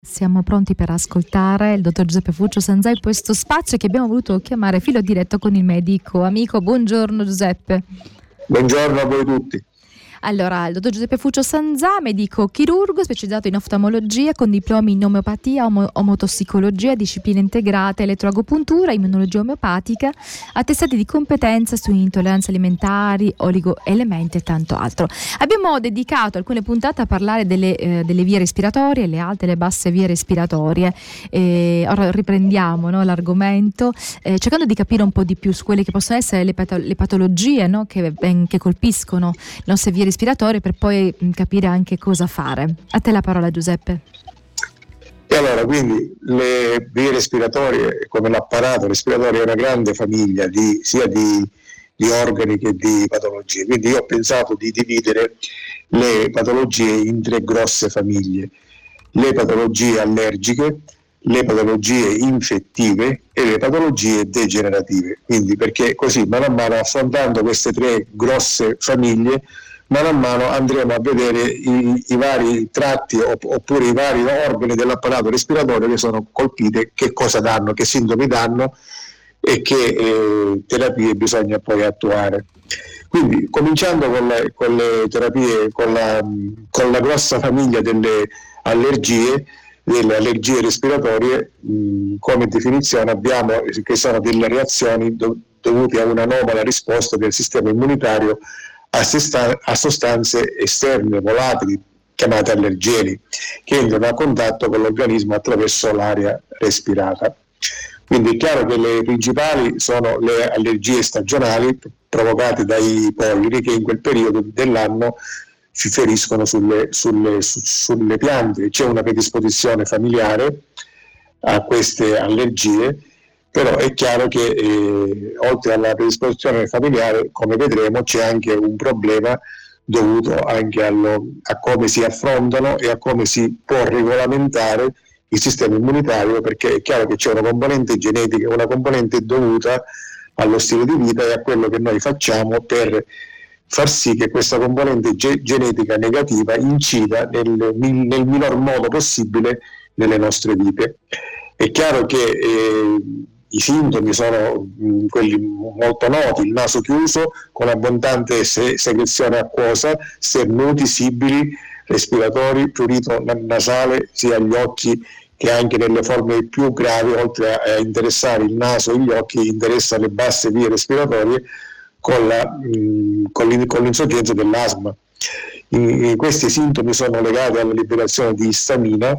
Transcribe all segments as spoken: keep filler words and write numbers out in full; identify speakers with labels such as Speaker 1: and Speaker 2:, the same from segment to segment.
Speaker 1: Siamo pronti per ascoltare il dottor Giuseppe Fuccio Sanzà in questo spazio che abbiamo voluto chiamare Filo Diretto con il medico amico. Buongiorno Giuseppe.
Speaker 2: Buongiorno a voi tutti.
Speaker 1: Allora, il dottor Giuseppe Fuccio Sanzà, medico chirurgo specializzato in oftalmologia con diplomi in omeopatia, omo- omotossicologia, discipline integrate, elettroagopuntura, immunologia omeopatica, attestati di competenza su intolleranze alimentari, oligoelementi e tanto altro. Abbiamo dedicato alcune puntate a parlare delle, eh, delle vie respiratorie, le alte e le basse vie respiratorie. E ora riprendiamo, no, l'argomento, eh, cercando di capire un po' di più su quelle che possono essere le, pato- le patologie, no, che, ben, che colpiscono le nostre vie respiratorie, per poi mh, capire anche cosa fare. A te la parola, Giuseppe.
Speaker 2: E allora, quindi le vie respiratorie, come l'apparato respiratorio, è una grande famiglia di, sia di, di organi che di patologie. Quindi io ho pensato di dividere le patologie in tre grosse famiglie: le patologie allergiche, le patologie infettive e le patologie degenerative. Quindi, perché così mano a mano, affrontando queste tre grosse famiglie, mano a mano andremo a vedere i, i vari tratti opp- oppure i vari organi dell'apparato respiratorio che sono colpite, che cosa danno, che sintomi danno e che eh, terapie bisogna poi attuare. Quindi, cominciando con le, con le terapie, con la, con la grossa famiglia delle allergie, delle allergie respiratorie, mh, come definizione abbiamo che sono delle reazioni do- dovute a un'anomala risposta del sistema immunitario a, sesta- a sostanze esterne, volatili, chiamate allergeni, che entrano a contatto con l'organismo attraverso l'aria respirata. Quindi è chiaro che le principali sono le allergie stagionali provocate dai pollini, che in quel periodo dell'anno ci feriscono sulle, sulle, su, sulle piante. C'è una predisposizione familiare a queste allergie, però è chiaro che eh, oltre alla predisposizione familiare, come vedremo, c'è anche un problema dovuto anche allo, a come si affrontano e a come si può regolamentare il sistema immunitario, perché è chiaro che c'è una componente genetica, una componente dovuta allo stile di vita e a quello che noi facciamo per far sì che questa componente ge- genetica negativa incida nel, nel minor modo possibile nelle nostre vite. È chiaro che eh, i sintomi sono mh, quelli molto noti: il naso chiuso con abbondante se- secrezione acquosa, sternuti, sibili respiratori, prurito nasale sia agli occhi che anche nelle forme più gravi, oltre a, a interessare il naso e gli occhi, interessa le basse vie respiratorie con, la, mh, con, l'in- con l'insorgenza dell'asma. I, i, questi sintomi sono legati alla liberazione di istamina,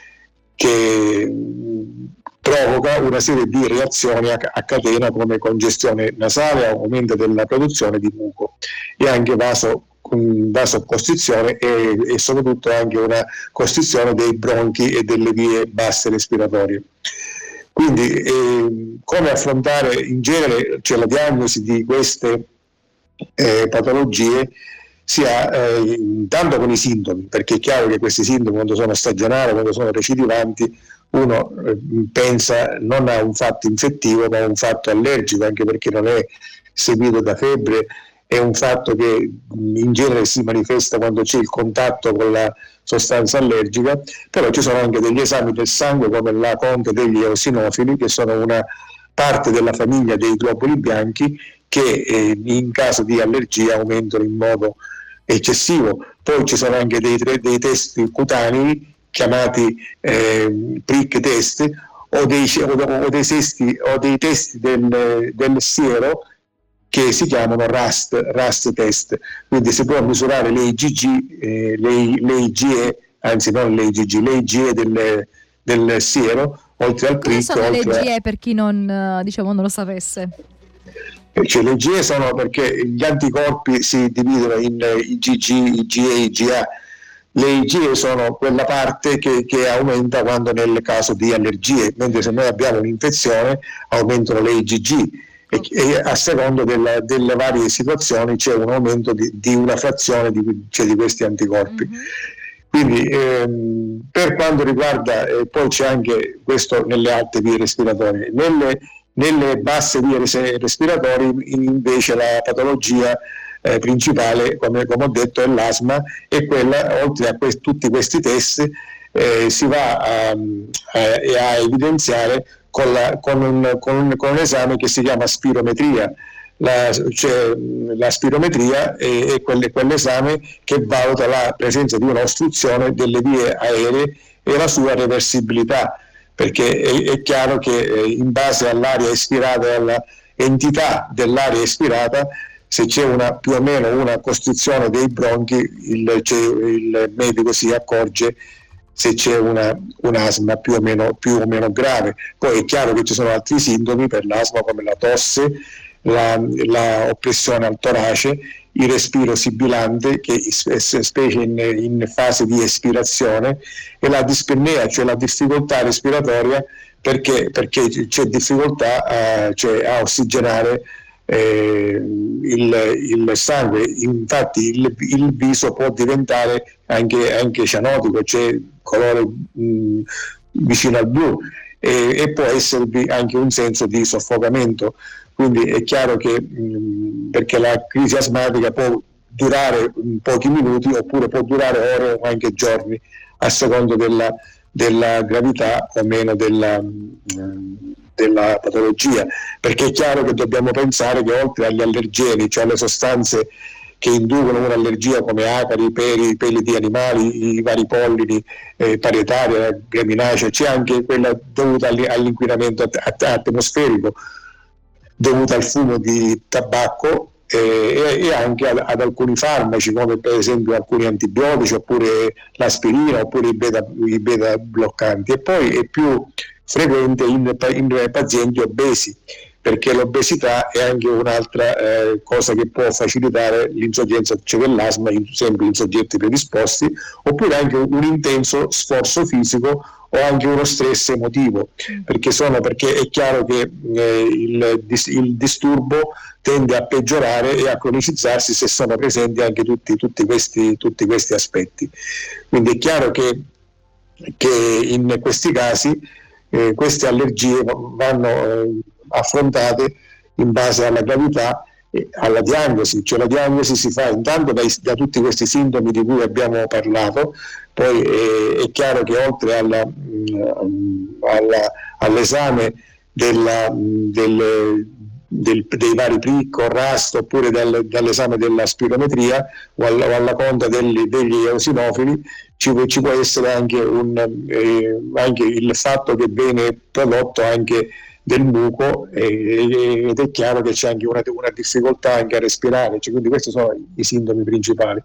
Speaker 2: che mh, provoca una serie di reazioni a, a catena, come congestione nasale, aumento della produzione di muco e anche vaso vasocostrizione e, e soprattutto anche una costrizione dei bronchi e delle vie basse respiratorie. Quindi eh, come affrontare in genere, cioè la diagnosi di queste eh, patologie sia eh, intanto con i sintomi, perché è chiaro che questi sintomi, quando sono stagionali, quando sono recidivanti, uno eh, pensa non a un fatto infettivo ma a un fatto allergico, anche perché non è seguito da febbre. È un fatto che in genere si manifesta quando c'è il contatto con la sostanza allergica, però ci sono anche degli esami del sangue come la conte degli eosinofili, che sono una parte della famiglia dei globuli bianchi che eh, in caso di allergia aumentano in modo eccessivo. Poi ci sono anche dei, dei test cutanei chiamati eh, prick test o dei, o dei, sesti, o dei test del, del siero, che si chiamano Rust, Rust test. Quindi si può misurare le I G G, eh, le, le I G E, anzi non le I G G, le I G E del, del siero, oltre al
Speaker 1: Cosa
Speaker 2: prick.
Speaker 1: sono le
Speaker 2: oltre
Speaker 1: I G E per chi non, diciamo, non lo sapesse?
Speaker 2: Cioè, le I G E sono perché gli anticorpi si dividono in I G G, I G E, I G A. Le I G E sono quella parte che, che aumenta quando nel caso di allergie, mentre se noi abbiamo un'infezione aumentano le I G G. E, e a seconda della, delle varie situazioni c'è un aumento di, di una frazione di, cioè di questi anticorpi. Mm-hmm. Quindi ehm, per quanto riguarda, eh, poi c'è anche questo nelle alte vie respiratorie, nelle, nelle basse vie respiratorie invece la patologia eh, principale, come, come ho detto, è l'asma, e quella, oltre a que- tutti questi test, eh, si va a, a, a evidenziare con, la, con, un, con, un, con un esame che si chiama spirometria. La, cioè, la spirometria è, è quelle, quell'esame che valuta la presenza di un'ostruzione delle vie aeree e la sua reversibilità, perché è, è chiaro che eh, in base all'aria espirata e alla entità dell'aria espirata, se c'è una, più o meno una costrizione dei bronchi, il, cioè, il medico si accorge se c'è una, un asma più o, meno, più o meno grave. Poi è chiaro che ci sono altri sintomi per l'asma come la tosse, la, la oppressione al torace, il respiro sibilante, che specie in, in fase di espirazione, e la dispnea, cioè la difficoltà respiratoria, perché, perché c'è difficoltà a, cioè, a ossigenare eh, il, il sangue. Infatti il, il viso può diventare anche, anche cianotico, cioè colore mh, vicino al blu, e, e può esservi anche un senso di soffocamento. Quindi è chiaro che mh, perché la crisi asmatica può durare pochi minuti oppure può durare ore o anche giorni, a seconda della, della gravità o meno della, mh, della patologia, perché è chiaro che dobbiamo pensare che oltre agli allergeni, cioè alle sostanze che inducono un'allergia come acari, peli, peli di animali, i vari pollini, eh, parietaria, graminacea, c'è anche quella dovuta all'inquinamento atmosferico, dovuta al fumo di tabacco eh, e anche ad, ad alcuni farmaci, come per esempio alcuni antibiotici, oppure l'aspirina, oppure i beta, i beta bloccanti. E poi è più frequente in, in pazienti obesi, perché l'obesità è anche un'altra eh, cosa che può facilitare l'insorgenza, cioè dell'asma, in, sempre in soggetti predisposti, oppure anche un intenso sforzo fisico o anche uno stress emotivo, perché, sono, perché è chiaro che eh, il, il disturbo tende a peggiorare e a cronicizzarsi se sono presenti anche tutti, tutti, questi, tutti questi aspetti. Quindi è chiaro che, che in questi casi eh, queste allergie vanno eh, affrontate in base alla gravità e alla diagnosi, cioè la diagnosi si fa intanto dai, da tutti questi sintomi di cui abbiamo parlato. Poi è, è chiaro che oltre alla, alla, all'esame della, del, del, dei vari prick o rast, oppure del, dall'esame della spirometria o alla, o alla conta degli, degli eosinofili, ci, ci può essere anche, un, eh, anche il fatto che viene prodotto anche del muco, eh, ed è chiaro che c'è anche una, una difficoltà anche a respirare, cioè, quindi questi sono i sintomi principali.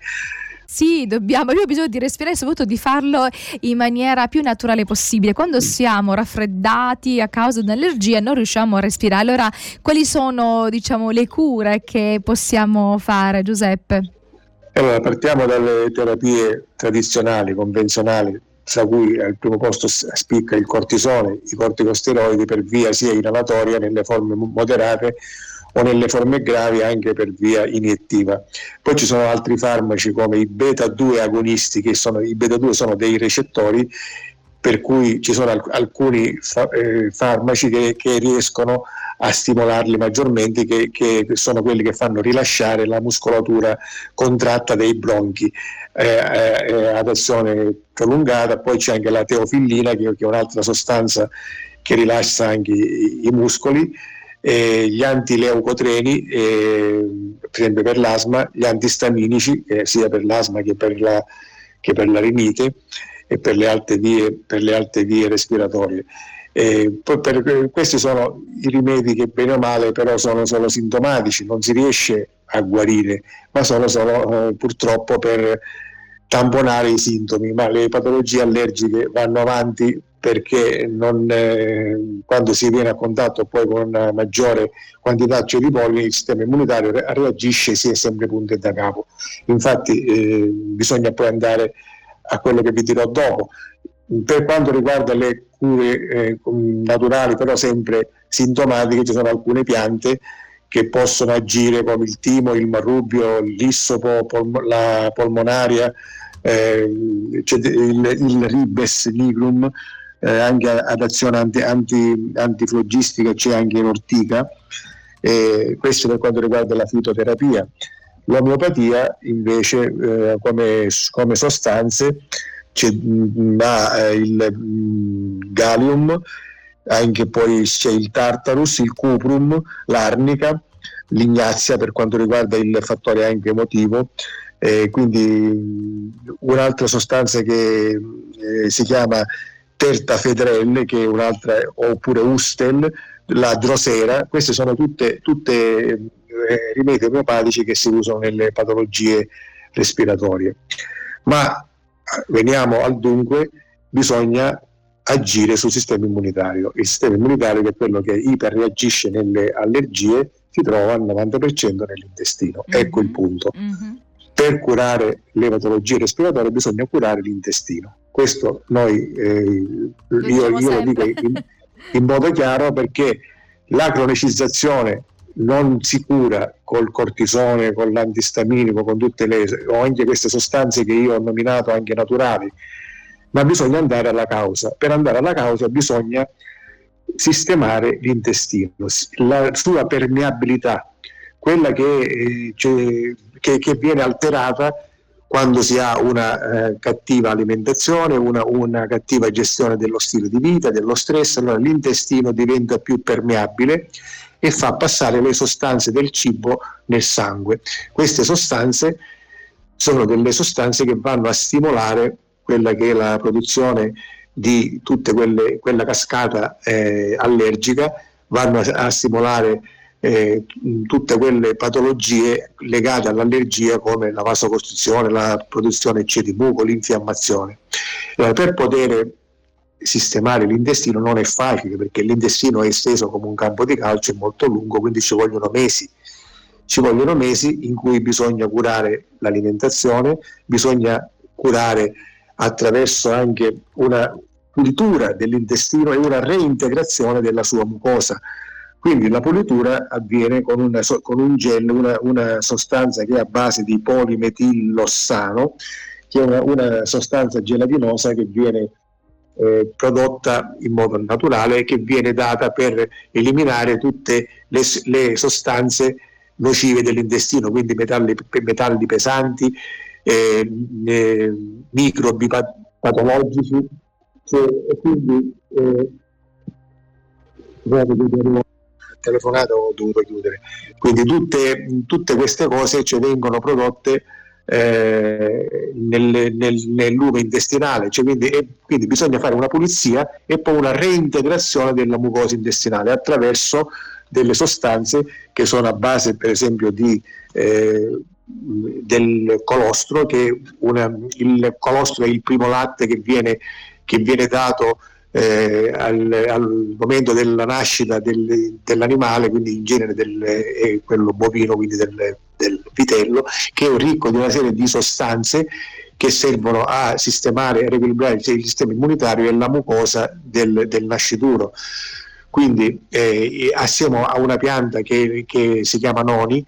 Speaker 1: Sì, dobbiamo, abbiamo bisogno di respirare e soprattutto di farlo in maniera più naturale possibile. Quando siamo raffreddati a causa di un'allergia non riusciamo a respirare. Allora, quali sono, diciamo, le cure che possiamo fare, Giuseppe?
Speaker 2: Allora, partiamo dalle terapie tradizionali, convenzionali, tra cui al primo posto spicca il cortisone, i corticosteroidi per via sia inalatoria nelle forme moderate o nelle forme gravi anche per via iniettiva. Poi ci sono altri farmaci come i beta due agonisti, che sono, i beta due sono dei recettori, per cui ci sono alc- alcuni fa- eh, farmaci che, che riescono a stimolarli maggiormente, che, che sono quelli che fanno rilasciare la muscolatura contratta dei bronchi eh, eh, ad azione prolungata. Poi c'è anche la teofillina, che, che è un'altra sostanza che rilascia anche i, i muscoli, eh, gli antileucotreni, eh, per esempio per l'asma, gli antistaminici, eh, sia per l'asma che per la, che per la rinite e per le alte vie, per le alte vie respiratorie. Eh, poi per, questi sono i rimedi che bene o male però sono solo sintomatici, non si riesce a guarire, ma sono solo eh, purtroppo per tamponare i sintomi, ma le patologie allergiche vanno avanti, perché non, eh, quando si viene a contatto poi con una maggiore quantità cioè di polline, il sistema immunitario re- reagisce e si è sempre punto e da capo. Infatti eh, bisogna poi andare a quello che vi dirò dopo. Per quanto riguarda le cure eh, naturali, però sempre sintomatiche, ci sono alcune piante che possono agire, come il timo, il marrubbio, l'issopo, polmo, la polmonaria, eh, c'è il, il ribes nigrum, eh, anche ad azione anti, anti, antiflogistica, c'è anche l'ortica. Eh, questo per quanto riguarda la fitoterapia. L'omeopatia invece eh, come, come sostanze c'è mh, ah, il mh, gallium, anche poi c'è il tartarus, il cuprum, l'arnica, l'ignazia per quanto riguarda il fattore anche emotivo, eh, quindi un'altra sostanza che eh, si chiama tertafedrelle, che è un'altra, oppure ustel, la drosera. Queste sono tutte, tutte eh, rimedi omeopatici che si usano nelle patologie respiratorie. Ma veniamo al dunque, bisogna agire sul sistema immunitario. Il sistema immunitario, che è quello che iperreagisce nelle allergie, si trova al novanta per cento nell'intestino. Mm-hmm. Ecco il punto. Mm-hmm. Per curare le patologie respiratorie bisogna curare l'intestino. Questo noi eh, io, io lo dico in, in modo chiaro, perché la cronicizzazione non si cura col cortisone, con l'antistaminico, con tutte le, o anche queste sostanze che io ho nominato anche naturali, ma bisogna andare alla causa. Per andare alla causa bisogna sistemare l'intestino, la sua permeabilità, quella che, eh, cioè, che, che viene alterata quando si ha una eh, cattiva alimentazione, una, una cattiva gestione dello stile di vita, dello stress. Allora l'intestino diventa più permeabile e fa passare le sostanze del cibo nel sangue. Queste sostanze sono delle sostanze che vanno a stimolare quella che è la produzione di tutte quelle, quella cascata eh, allergica, vanno a, a stimolare eh, tutte quelle patologie legate all'allergia, come la vasocostrizione, la produzione di muco, l'infiammazione. Allora, per poter sistemare l'intestino non è facile, perché l'intestino è esteso come un campo di calcio, è molto lungo, quindi ci vogliono mesi. Ci vogliono mesi in cui bisogna curare l'alimentazione, bisogna curare attraverso anche una pulitura dell'intestino e una reintegrazione della sua mucosa. Quindi la pulitura avviene con, una, con un gel, una, una sostanza che è a base di polimetillossano, che è una, una sostanza gelatinosa che viene eh, prodotta in modo naturale e che viene data per eliminare tutte le, le sostanze nocive dell'intestino, quindi metalli, metalli pesanti, eh, eh, microbi patologici, cioè, e quindi eh, telefonato ho dovuto chiudere. Quindi tutte, tutte queste cose cioè, vengono prodotte eh, nel, nel, nel lume intestinale, cioè, quindi, e, quindi bisogna fare una pulizia e poi una reintegrazione della mucosa intestinale attraverso delle sostanze che sono a base, per esempio, di eh, del colostro, che una, il colostro è il primo latte che viene, che viene dato eh, al, al momento della nascita del, dell'animale, quindi in genere del, è quello bovino, quindi del, del vitello, che è ricco di una serie di sostanze che servono a sistemare e riequilibrare il sistema immunitario e la mucosa del, del nascituro. Quindi eh, assieme a una pianta che, che si chiama noni,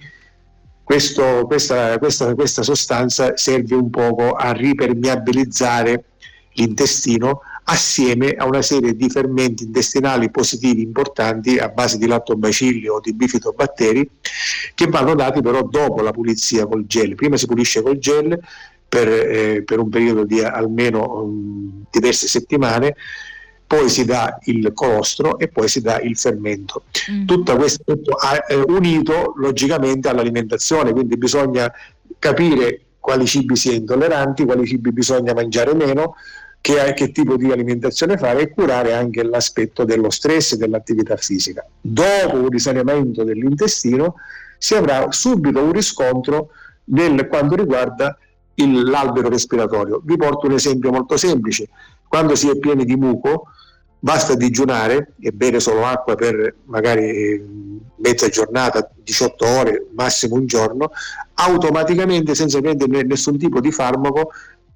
Speaker 2: questo, questa, questa, questa sostanza serve un poco a ripermeabilizzare l'intestino assieme a una serie di fermenti intestinali positivi importanti a base di lattobacilli o di bifidobbatteri, che vanno dati però dopo la pulizia col gel. Prima si pulisce col gel per, eh, per un periodo di almeno um, diverse settimane, poi si dà il colostro e poi si dà il fermento. Mm. Tutto questo è unito logicamente all'alimentazione, quindi bisogna capire quali cibi si è intolleranti, quali cibi bisogna mangiare meno, che, che tipo di alimentazione fare, e curare anche l'aspetto dello stress e dell'attività fisica. Dopo un risanamento dell'intestino si avrà subito un riscontro nel quanto riguarda il, l'albero respiratorio. Vi porto un esempio molto semplice. Quando si è pieni di muco, basta digiunare e bere solo acqua per magari mezza giornata, diciotto ore, massimo un giorno, automaticamente, senza prendere nessun tipo di farmaco,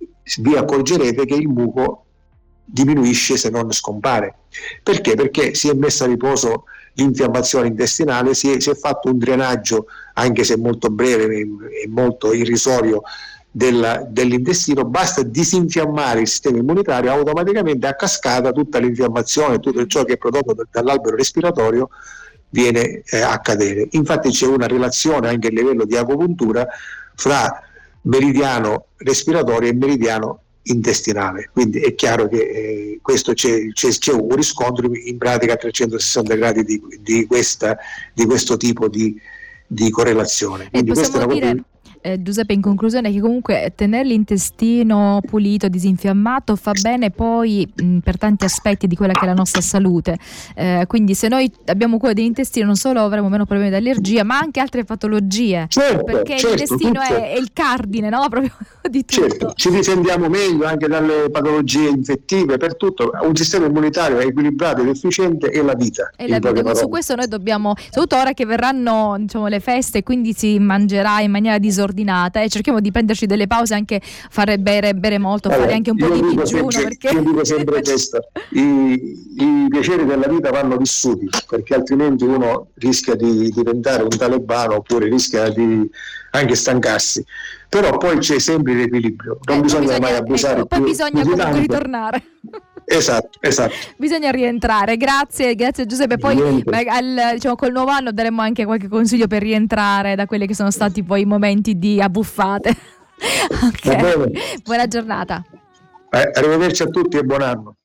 Speaker 2: vi accorgerete che il muco diminuisce, se non scompare. Perché? Perché si è messa a riposo l'infiammazione intestinale, si è, si è fatto un drenaggio, anche se molto breve e molto irrisorio, Della, dell'intestino. Basta disinfiammare il sistema immunitario, automaticamente a cascata tutta l'infiammazione, tutto ciò che è prodotto dall'albero respiratorio viene eh, a cadere. Infatti c'è una relazione anche a livello di agopuntura fra meridiano respiratorio e meridiano intestinale. Quindi è chiaro che eh, questo c'è, c'è, c'è un riscontro in pratica a trecentosessanta gradi di, di, questa, di questo tipo di, di correlazione. Quindi
Speaker 1: e possiamo dire cosa... Eh, Giuseppe, in conclusione, che comunque tenere l'intestino pulito, disinfiammato fa bene poi mh, per tanti aspetti di quella che è la nostra salute, eh, quindi se noi abbiamo cura dell'intestino non solo avremo meno problemi di allergia ma anche altre patologie,
Speaker 2: certo,
Speaker 1: perché
Speaker 2: certo,
Speaker 1: l'intestino è, è il cardine, no? Proprio di tutto.
Speaker 2: Certo, ci difendiamo meglio anche dalle patologie infettive, per tutto. Un sistema immunitario equilibrato ed efficiente è la vita.
Speaker 1: E la vita. Su questo noi dobbiamo, soprattutto ora che verranno, diciamo, le feste, quindi si mangerà in maniera disordinata e cerchiamo di prenderci delle pause, anche fare bere, bere molto, allora, fare anche un po' di digiuno,
Speaker 2: sempre,
Speaker 1: perché...
Speaker 2: io dico sempre questo, I, i piaceri della vita vanno vissuti, perché altrimenti uno rischia di diventare un talebano oppure rischia di anche stancarsi, però poi c'è sempre l'equilibrio, non,
Speaker 1: eh,
Speaker 2: bisogna,
Speaker 1: non bisogna
Speaker 2: mai abusare,
Speaker 1: ecco, poi
Speaker 2: più,
Speaker 1: bisogna
Speaker 2: più
Speaker 1: comunque
Speaker 2: tanto.
Speaker 1: ritornare.
Speaker 2: Esatto, esatto.
Speaker 1: Bisogna rientrare. Grazie, grazie Giuseppe. Poi al, diciamo, col nuovo anno daremo anche qualche consiglio per rientrare da quelli che sono stati poi i momenti di abbuffate. Okay. Buona giornata.
Speaker 2: Eh, arrivederci a tutti e buon anno.